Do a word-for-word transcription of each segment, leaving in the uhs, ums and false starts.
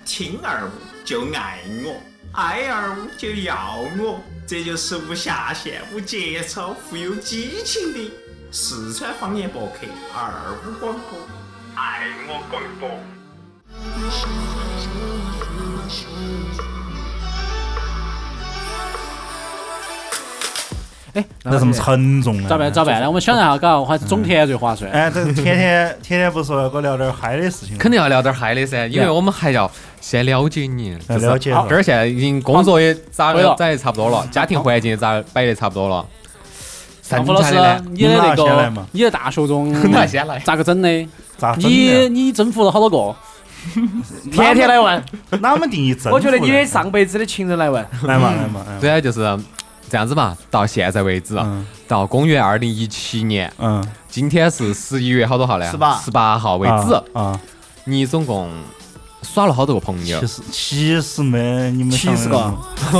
听二五就爱我，爱二五就要我，这就是无下限、无节操、富有激情的四川方言博客二五广播，爱我广播。 哎， 那这么沉重呢？ 咋办？咋办呢？我们想一下，搞还是种田最划算。 哎，这天天天天不是说要给我聊点嗨的事情， 肯定要聊点嗨的噻，因为我们还要先了解你， 了解。 这儿现在已经工作也咋咋也差不多了，家庭环境也咋摆得差不多了。 傅老师，你的那个，你的大学中咋个整的？ 咋整的？ 你你征服了好多个？天天来问， 哪么定义征服？ 我觉得你的上辈子的情人来问。 来嘛来嘛。 对啊，就是这样子嘛。到现在为止，到公元二零一七年，嗯，今天是十一月好多号呢？十八，十八号为止啊。你总共耍了好多个朋友？ 其实其实没你们七十个，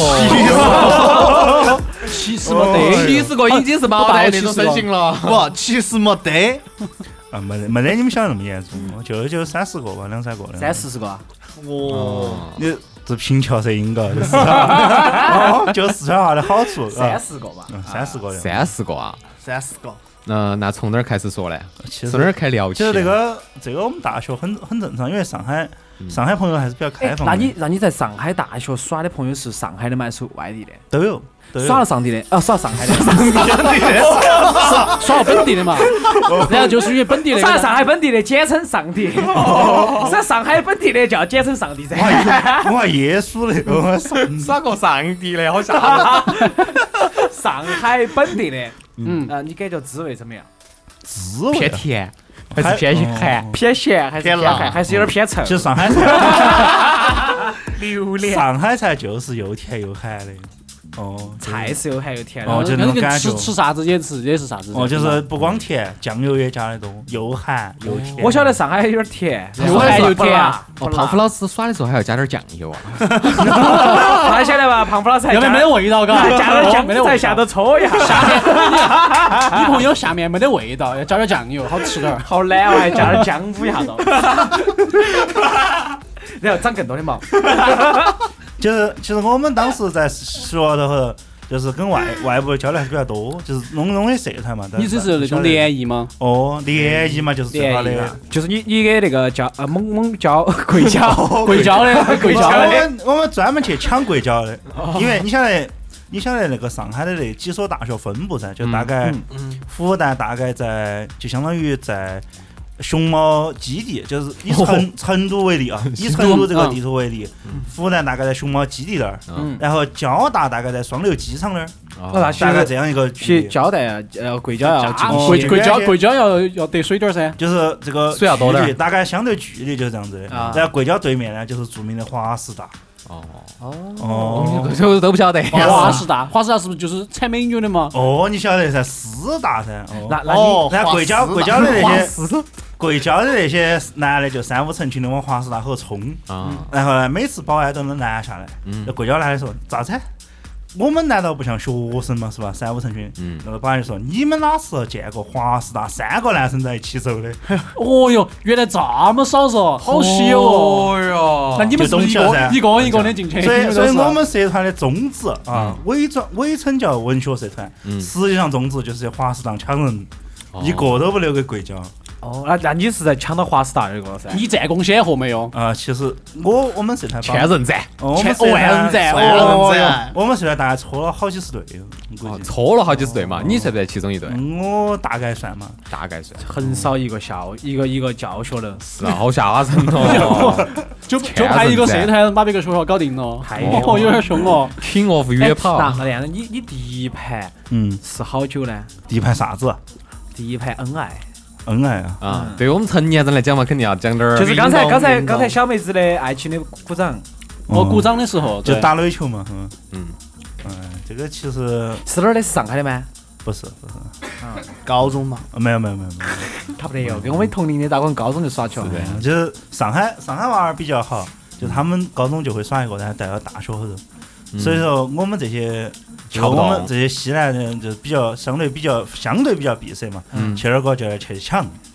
七十没得， 七十个已经是毛蛋那种身形了。 不，其实没得。 啊，没得没得你们想的那么严重，就就三十个吧，两三个。 三四十个。 哦，你这平翘舌音嘎，就四川，就四川话的好处。 三十个吧， 三十个， 三十个啊， 三十个。 那那从哪儿开始说呢？从哪儿开聊起？ 其实这个这个我们大学很很正常，因为上海上海朋友还是比较开放。 那你那你在上海大学耍的朋友是上海的吗？还是外地的？ 都有。 耍了上地的，啊，耍上海的， 耍了本地的嘛，然后就是因为本地的， 耍上海本地的简称上地，耍上海本地的叫简称上地噻。 我还耶稣的，我耍个上地的，好像。 上海本地的，嗯，啊，你感觉滋味怎么样？ 滋味偏甜还是偏咸？ 偏咸还是偏辣？还是有点偏臭？ 其实上海菜， 榴莲， 上海菜就是又甜又咸的。哦， 菜是又咸又甜的， 哦，就那种感觉。 吃吃啥子也吃也是啥子。 哦，就是不光甜，酱油也加得多，又咸又甜。 我晓得上海有点甜， 又咸又甜。 哦，胖虎老师耍的时候还要加点酱油啊。 他晓得吧？胖虎老师要不然没得味道，嘎， 加点酱油在下头搓一下。 下面女朋友下面没得味道，要加点酱油，好吃点。 好懒哦，还加点姜捂一下子。然后长更多的毛。 就是其实我们当时在学校头，就是跟外外部交流还是比较多，就是弄弄的社团嘛。 你只是那种联谊吗？ 哦，联谊嘛，就是最好的， 就是你你给那个交呃猛猛交贵交贵交的贵交的。 我们我们专门去抢贵交的，因为你晓得你晓得那个上海的那几所大学分布噻，就大概复旦大概在就相当于在。熊猫基地就是以成成都为例啊，以成都这个地图为例，复旦大概在熊猫基地那儿，然后交大大概在双流机场那儿，大概这样一个去交大呃贵交要贵贵交贵交要要得水点噻， 就是这个水要多点， 大概相对距离就是这样子的。然后贵交对面呢就是著名的华师大。 哦哦哦， 这都不晓得。 华师大，华师大是不是就是产美女的嘛？ 哦，你晓得噻，师大噻。 那那你那贵交贵交的那些。贵交的那些男的就三五成群的往华师大后冲，嗯、然后呢，每次保安都能拦下来。嗯，贵交男的说：“咋子？我们难道不像学生吗？是吧？三五成群。”嗯，那个保安就说：“你们哪时候见过华师大三个男生在一起走的？” 哦哟，原来这么少嗦，好稀有哦哟！那你们是一个一个一个的进去？ 所以，所以我们社团的宗旨啊，伪装伪称叫文学社团，实际上宗旨就是华师大抢人，一个都不留给贵交。 哦，那那你是在抢到华师大那个噻？ 你战功显赫没有？ 啊，其实我我们社团千人斩， 我们万人斩， 万人斩， 我们社团大概搓了好几十队， 搓了好几十队嘛，你算不算其中一队？ 我大概算嘛， 大概算， 很少一个校一个一个教学的， 是啊，好吓人哦， 就就派一个社团把别个学校搞定了，哦，有点凶哦， 挺 off 约跑。 那那样的，你你第一盘嗯是好久呢？ 第一盘啥子？ 第一盘恩爱。 恩爱啊！ 啊，对于我们成年人来讲嘛，肯定要讲点儿。 就是刚才刚才刚才小妹子的爱情的鼓掌， 我鼓掌的时候就打垒球嘛，嗯嗯嗯，这个其实是哪儿的？是上海的吗？ 不是不是， 嗯，高中嘛？ 没有没有没有没有， 差不多有，跟我们同龄的大哥高中就耍球， 对，就是上海上海娃儿比较好，就他们高中就会耍一个，然后带到大学后头，所以说我们这些。就我们这些西南人就比较相对比较相对比较闭塞嘛，嗯，去那个就要去抢，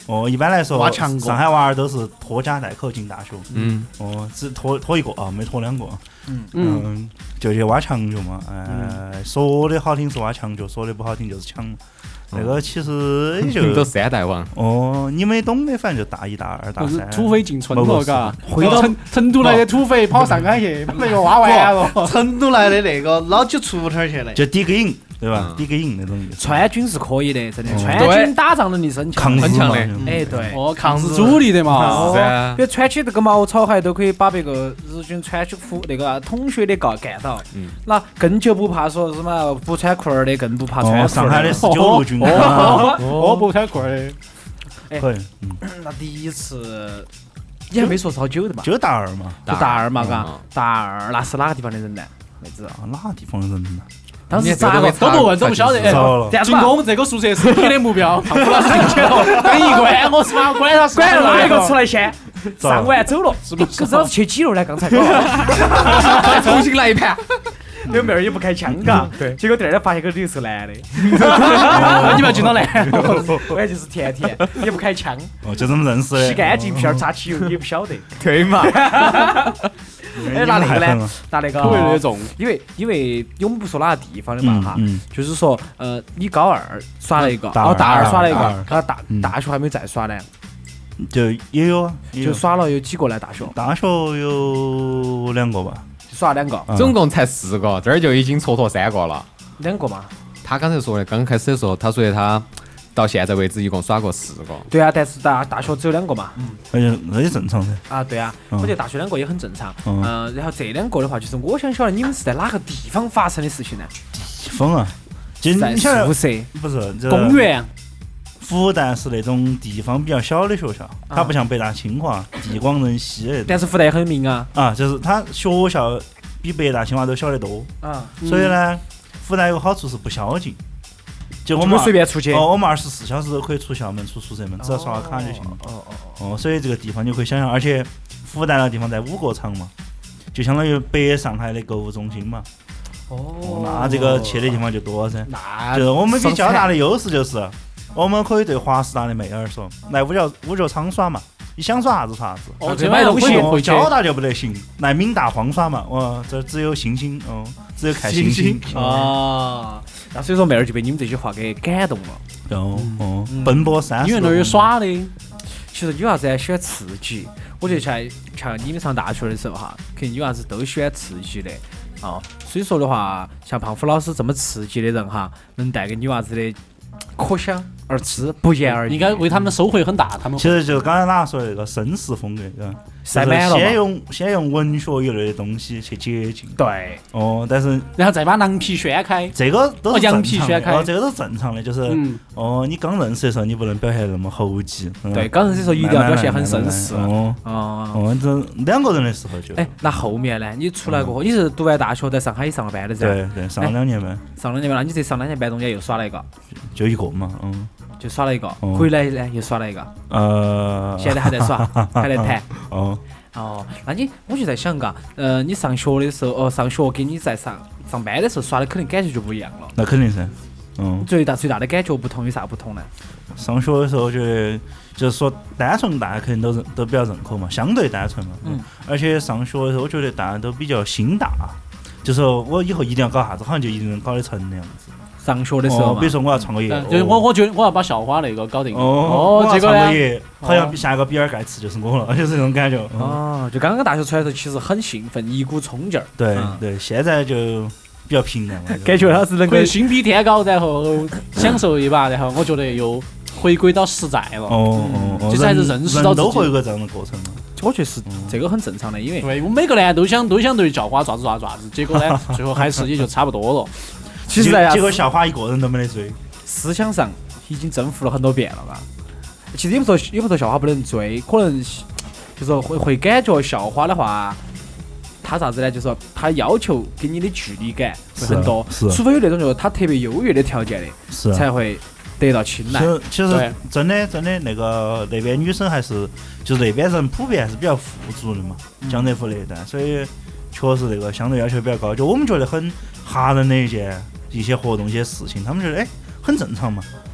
哦，一般来说， 挖墙过上海娃儿都是拖家带口进大学。 嗯， 哦，只拖拖一个啊，没拖两个。 嗯嗯，就去挖墙脚嘛。呃，说的好听是挖墙脚，说的不好听就是抢。那个其实也就都三代王。 哦，你没懂的，反正就大一、大二、大三。 土匪进村了，嘎。 回到成成都来的土匪跑上海去，把那个挖完了。 成都来的那个老几出摊去的， 就抵个营，对吧？抵个营那种。 川军是可以的，真的，川军打仗能力是很强， 很强的。 哎，对， 哦，抗日主力的嘛。 是啊。 比如穿起这个茅草鞋都可以把别个日军穿起服那个同学的干干倒。嗯。那更就不怕说什么不穿裤儿的，更不怕穿裤儿。 上海的十九路军。 哦，不穿裤儿的。 哎，那第一次，你还没说是好久的嘛？ 就大二嘛， 就大二嘛，嘎，大二那是哪个地方的人呢？妹子， 哪个地方的人呢？ 当时咋个都不问，都不晓得。进攻这个宿舍是你的目标，胖虎老师进去了，等一关，我是嘛，管他是管哪一个出来先，上完走了，是不是？可是老师去几楼呢？刚才再重新来一盘。 有妹儿也不开枪，嘎，对。结果第二天发现个女是男的， 那你不要进到来。 我也就是甜甜，也不开枪。 哦，就这么认识的。 洗干净片儿扎起油也不晓得。 对嘛？ 哎，拿那个呢？拿那个。 口味有点重。 因为因为我们不说哪个地方的嘛哈，就是说呃，你高二耍了一个，哦，大二耍了一个，然后大大学还没再耍呢。 就也有啊， 就耍了有几个呢？大学？ 大学有两个吧。 耍两个， 总共才四个，这儿就已经蹉跎三个了。 两个嘛？ 他刚才说的，刚开始的时候，他说的他到现在为止一共耍过四个。 对啊，但是大大学只有两个嘛。 嗯，而且那也正常的。 啊，对啊，我觉得大学两个也很正常。嗯，然后这两个的话，就是我想晓得你们是在哪个地方发生的事情呢？ 地方啊， 在宿舍， 不是公园。 复旦是那种地方比较小的学校，它不像北大清华地广人稀的。 但是复旦也很有名啊。 啊，就是它学校比北大清华都小得多。啊。所以呢，复旦有个好处是不宵禁，就我们随便出去。 哦，我们二十四小时都可以出校门、出宿舍门，只要刷卡就行了。哦哦哦。所以这个地方就可以想象，而且复旦那个地方在五个场嘛，就相当于北上海的购物中心嘛。哦。那这个去的地方就多噻。 那就是我们比较大的优势就是。我们可以对华师大的妹儿说，来五角五角场耍嘛，你想耍啥子耍啥子。 哦，这买东西。 交大就不得行，来闽大荒耍嘛，哇，这只有星星，哦，只有看星星。 啊，那所以说妹儿就被你们这句话给感动了。 哦哦，奔波三十。 因为那儿有耍的。 其实女娃子喜欢刺激，我觉得像像你们上大学的时候哈，肯定女娃子都喜欢刺激的。哦，所以说的话，像胖虎老师这么刺激的人哈，能带给女娃子的。可想而知，不言而喻， 应该为他们的收获很大。他们其实就是刚才哪说的那个绅士风格，对吧？ 塞满了先用先用文学一类的东西去接近。 对。 哦，但是然后再把狼皮宣开。 这个都是羊皮宣开。 哦，这个都是正常的，就是哦，你刚认识的时候你不能表现那么猴急。 对，刚认识的时候一定要表现很绅士。 哦哦哦，这两个人的时候就。 哎，那后面呢？你出来过后，你是读完大学在上海上了班的噻？ 对对，上了两年班。 上了两年班，那你这上两年班中间又耍了一个？ 就一个嘛，嗯。 就耍了一个，回来呢又耍了一个， 呃， 现在还在耍，还在谈。 哦哦，那你我就在想嘎，呃，你上学的时候，哦，上学跟你在上上班的时候耍的肯定感觉就不一样了。 那肯定噻，嗯。 最大最大的感觉不同有啥不同呢？ 上学的时候觉得就是说单纯，大家肯定都都比较认可嘛，相对单纯嘛。嗯。而且上学的时候，我觉得大家都比较心大，就说我以后一定要搞啥子，好像就一定能搞得成那样子。 上学的时候、哦， 比如说我要创个业， 就是我我觉得我要把校花那个搞定。 哦，哦，这个呢，好像下一个比尔盖茨就是我了，就是这种感觉。 哦，就刚刚大学出来的时候，其实很兴奋，一股冲劲儿。 对、嗯、对，现在就比较平淡了， 感觉他是能够心比天高，然后享受一把，然后我觉得又回归到实在了。 哦哦， 就是还是认识到自己。 都会有个这样的过程嘛。 我觉得是这个很正常的，因为对我们每个人都想都想对校花爪子爪子爪子，结果呢，最后还是也就差不多了。 其实结果校花一个人都没得追， 思想上已经征服了很多遍了吧。其实也不说也不说校花不能追，可能就是会会感觉校花的话，他啥子呢？就是说他要求给你的距离感会很多，除非有那种就是他特别优越的条件的， 是才会得到青睐。 其实真的真的那个那边女生还是就是那边人普遍还是比较富足的嘛，江浙沪那一带，所以确实那个相对要求比较高。就我们觉得很哈人的一件一些活动一些事情，他们觉得哎很正常嘛。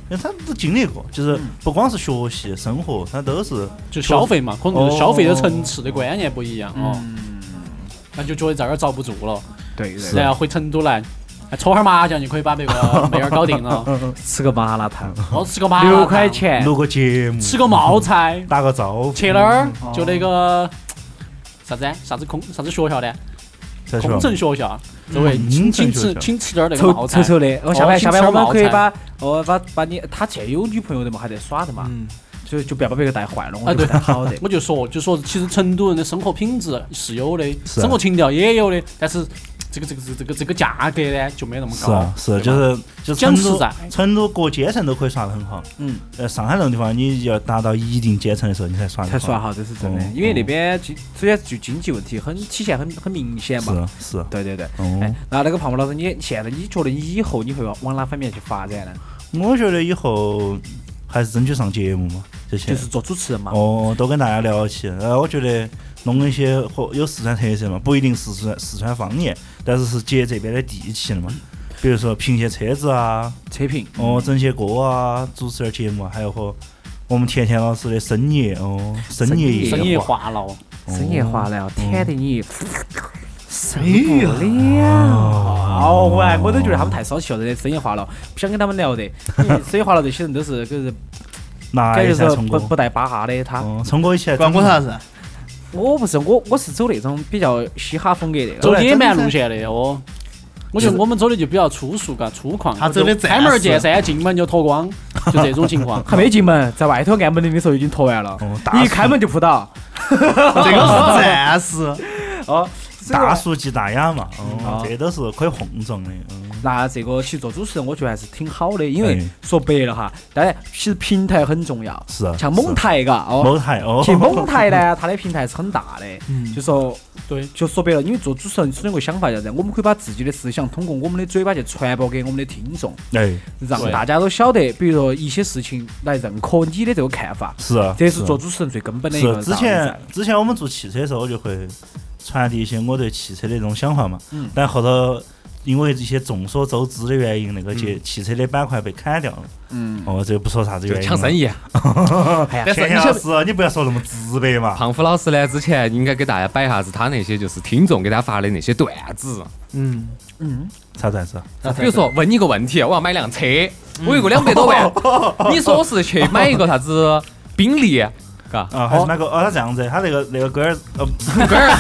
因为他都经历过，就是不光是学习、生活，他都是就消费嘛，可能就是消费的层次的观念不一样哦。那就觉得这儿遭不住了， 对对。 然后回成都来。搓会儿麻将就可以把那个妹儿搞定了， 吃个麻辣烫， 哦，吃个麻辣六块钱， 录个节目， 吃个冒菜， 打个招呼， 去那儿就那个啥子啥子空啥子学校的，工程学校，周围请请吃请吃点那个冒菜， 臭臭的。我下班下班我们可以把哦把把你他现在有女朋友的嘛，还在耍的嘛，所以就不要把别个带坏了，我觉得好的。 我就说就说，其实成都人的生活品质是有的，生活情调也有的，但是。这个这个这个这个价格呢就没那么高， 是是就是就成都成都各阶层都可以耍得很好，嗯，呃上海那种地方你要达到一定阶层的时候你才耍才耍好，这是真的，因为那边经首先就经济问题很体现很很明显嘛， 是是， 对对对，哎，那那个胖胖老师，你现在你觉得你以后你会往哪方面去发展呢？ 我觉得以后还是争取上节目嘛，这些就是做主持人嘛， 哦，多跟大家聊起，呃，我觉得。弄一些和有四川特色嘛，不一定是四川四川方言，但是是接这边的地气的嘛。比如说评些车子啊， 车评， 哦，整些歌啊，主持点节目，还有和我们甜甜老师的深夜哦，深夜深夜话痨， 深夜话痨，甜的你受不了。哦，我我都觉得他们太骚气了，这些深夜话痨，不想跟他们聊的。深夜话痨这些人都是就是，感觉是不不带巴哈的他。 聪哥以前关我啥子？ 我不是我，我是走那种比较嘻哈风格的， 走野蛮路线的哦。我觉得我们走的就比较粗俗嘎，粗犷。 他走的开门见山，进门就脱光，就这种情况。 还没进门，在外头按门铃的时候已经脱完了，一开门就扑倒。 这个是战士哦。 大俗即大雅嘛，哦，这都是可以碰撞的。 那这个其实做主持人，我觉得还是挺好的，因为说白了哈，当然其实平台很重要， 是啊， 像某台嘎，哦， 某台哦， 其实某台呢，它的平台是很大的，就说对，就说白了，因为做主持人是有个想法叫啥，我们可以把自己的思想通过我们的嘴巴去传播给我们的听众， 哎， 让大家都晓得，比如说一些事情来认可你的这个看法， 是啊， 这是做主持人最根本的一个。 之前之前我们做汽车的时候，我就会传递一些我对汽车的这种想法嘛，嗯，但后头因为一些众所周知的原因，那个汽汽车的板块被砍掉了，嗯，哦，这不说啥子原因， 抢生意。 但是老师，你不要说那么直白嘛。 胖虎老师呢，之前应该给大家摆一下子他那些就是听众给他发的那些段子， 嗯嗯， 啥段子？ 比如说问你一个问题，我要买辆车，我有个两百多万，你说是去买一个啥子宾利？ 啊，还是那个哦，他这样子，他那个那个龟儿，呃， 龟儿，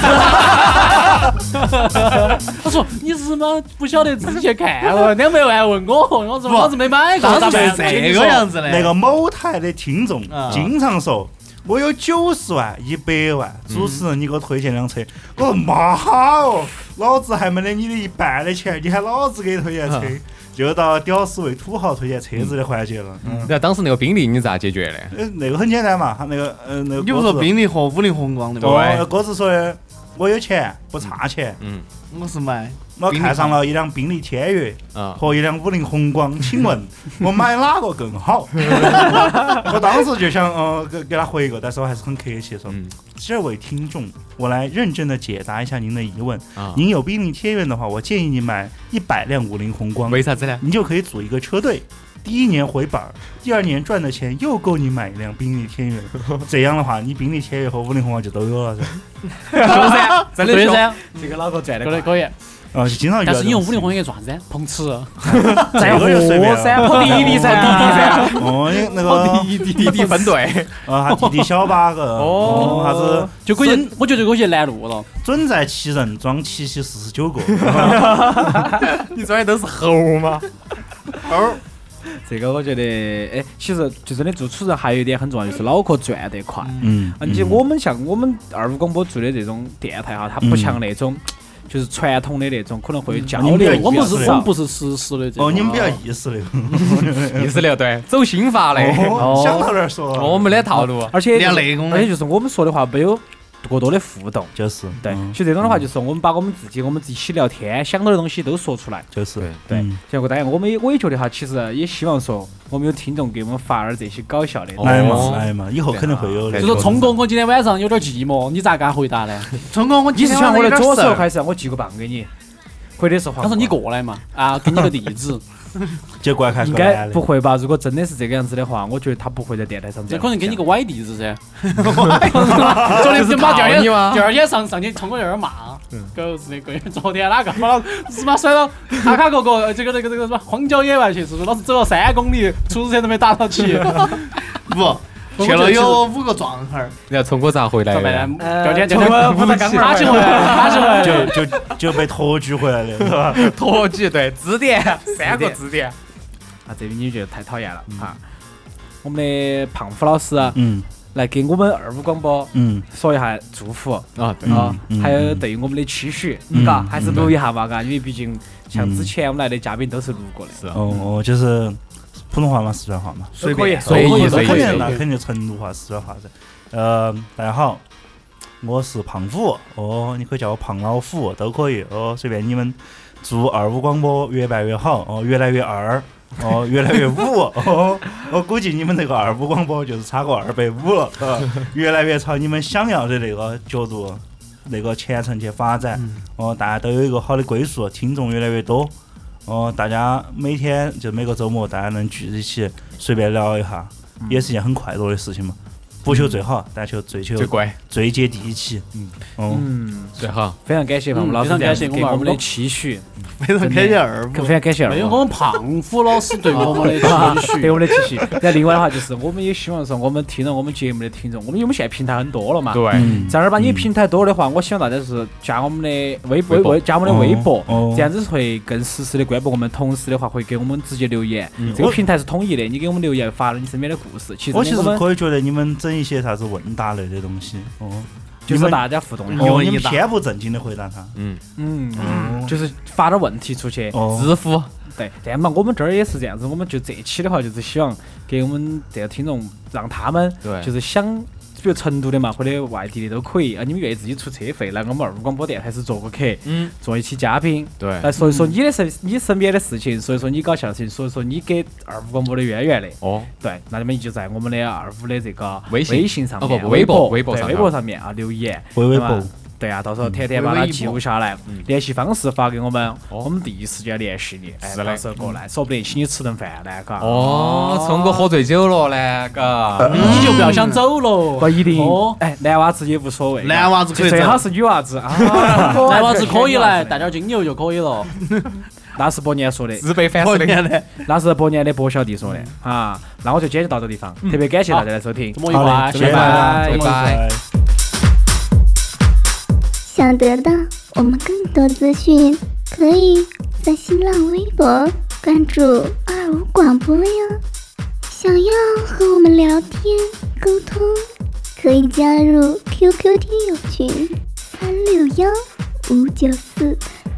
他说你是吗？不晓得自己去看了，两百万问我，我说老子没买过， 当时这个样子的。 那个某台的听众经常说，我有九十万、一百万，主持人你给我推荐辆车，我说妈哦，老子还没得你的一半的钱，你还老子给你推荐车？就到屌丝为土豪推荐车子的环节了。 嗯，那当时那个宾利你咋解决的？ 呃，那个很简单嘛，他那个呃那个。 你不说宾利和五菱宏光的吗？ 对，鸽子说的，我有钱不差钱。 嗯，我是买。 我看上了一辆宾利天越和一辆五菱宏光，请问我买哪个更好？我当时就想，呃，给给他回一个，但是我还是很客气说，这位听众，我来认真的解答一下您的疑问。您有宾利天越的话，我建议你买一百辆五菱宏光。 为啥子呢？ 你就可以组一个车队。第一年回本，第二年赚的钱又够你买一辆宾利天越。这样的话，你宾利天越和五菱宏光就都有了噻。 是噻？真的噻？这个脑壳赚的可以可以。 啊，经常。 但是你用五菱宏光也赚噻，碰瓷。 在货噻，跑滴滴噻，滴滴噻。 哦，那个滴滴滴滴分队。 啊，还滴滴小八个。哦。啥子？ 就可以，我觉得就可以拦路了。 准载七人，装七系四十九个。 你装的都是猴吗？ 猴。这个我觉得，哎，其实就真的做主持人还有一点很重要，就是脑壳转得快。嗯，而且我们像我们二五广播做的这种电台哈，它不像那种就是传统的那种可能会交流。 我们是我们不是实时的这种。 哦，你们比较意识流， 意识流对，走心法的。 想到哪儿说。 我们的套路， 而且而且就是我们说的话没有过多的互动， 就是对。其实这种的话，就是我们把我们自己我们自己聊天想到的东西都说出来， 就是对。像我当然我们我也觉得哈，其实也希望说我们有听众给我们发点这些搞笑的。 来嘛来嘛，以后肯定会有的。 就说聪哥，我今天晚上有点寂寞，你咋敢回答呢？ 聪哥，我你是喜欢我的左手还是我寄个棒给你？ 回的是黄瓜。 他说你过来嘛，啊，给你个地址。 就过来看。 应该不会吧？如果真的是这个样子的话，我觉得他不会在电台上这样。 可能给你个歪地址噻。昨天就把第二天第二天上上去通过那儿骂，狗日的鬼！昨天哪个把老是把甩到卡卡哥哥这个这个这个什么荒郊野外去，是不是？老是走了三公里，出租车都没打到起。 不。去了有五个壮汉， 你要从我咋回来？ 第二天第二天不是刚打起回来，打起回来就就就被托举回来了，是吧？ 托举对，支点三个支点。 啊，这边你觉得太讨厌了啊！我们的胖虎老师， 嗯， 来给我们二五广播， 嗯， 说一下祝福啊，对啊，还有对于我们的期许，嘎，还是录一下吧，嘎，因为毕竟像之前我们来的嘉宾都是录过的。 是哦哦，就是普通话嘛，四川话嘛， 随便， 随意随意，那肯定成都话、四川话噻。呃，大家好，我是胖虎，哦，你可以叫我胖老虎，都可以，哦，随便你们。祝二五广播越办越好，哦，越来越二，哦，越来越五，哦，我估计你们这个二五广播就是差个二百五了，呃，越来越朝你们想要的那个角度、那个前程去发展，哦，大家都有一个好的归宿，听众越来越多。哦，大家每天就每个周末，大家能聚一起随便聊一下，嗯、也是一件很快乐的事情嘛。不求最好，但求追求最乖、 最接地气。嗯嗯， 最好。 非常感谢胖虎老师， 非常感谢给我们的期许， 非常感谢二五， 非常感谢二五。 没有我们胖虎老师对我们的期许， 对我们的期许。那另外的话就是，我们也希望说，我们听了我们节目的听众，我们因为我们现在平台很多了嘛。 对。 正儿八经平台多的话，我希望大家就是加我们的微博，微加我们的微博，这样子会更实时的关注我们。同时的话，会给我们直接留言。这个平台是统一的，你给我们留言，发了你身边的故事。其实我其实可以觉得你们整一些啥子问答类的东西，哦， 就是大家互动， 哦，你们偏不正经的回答他， 嗯嗯嗯，就是发点问题出去， 知乎， 对，这样嘛，我们这儿也是这样子，我们就这期的话，就是希望给我们这个听众，让他们就是想。比如成都的嘛，或者外地的都可以啊。你们愿意自己出车费来我们二五广播电台是做个客，嗯，做一期嘉宾， 对， 来说一说你的身、你身边的事情，说一说你搞笑的事情，说一说你给二五广播的渊源的。 哦， 对，那你们就在我们的二五的这个微信微信上面、 哦、微博、微博、 微微博上面啊留言， 微微博。 对啊，到时候甜甜把它记录下来，联系方式发给我们，我们第一时间联系你，哎，到时候过来，说不定请你吃顿饭呢，嘎。 哦，聪哥喝醉酒了呢，嘎， 你就不要想走了， 不一定。哎，男娃子也无所谓， 男娃子可以， 最好是女娃子啊， 男娃子可以来，带点精油就可以了。 那是伯年说的， 自备反式的， 那是伯年的伯小弟说的啊。那我就今天就到这地方，特别感谢大家的收听， 这么愉快， 拜拜， 拜拜。 想得到我们更多资讯，可以在新浪微博关注二五广播哟。想要和我们聊天沟通，可以加入 Q Q 听友群三六幺五九四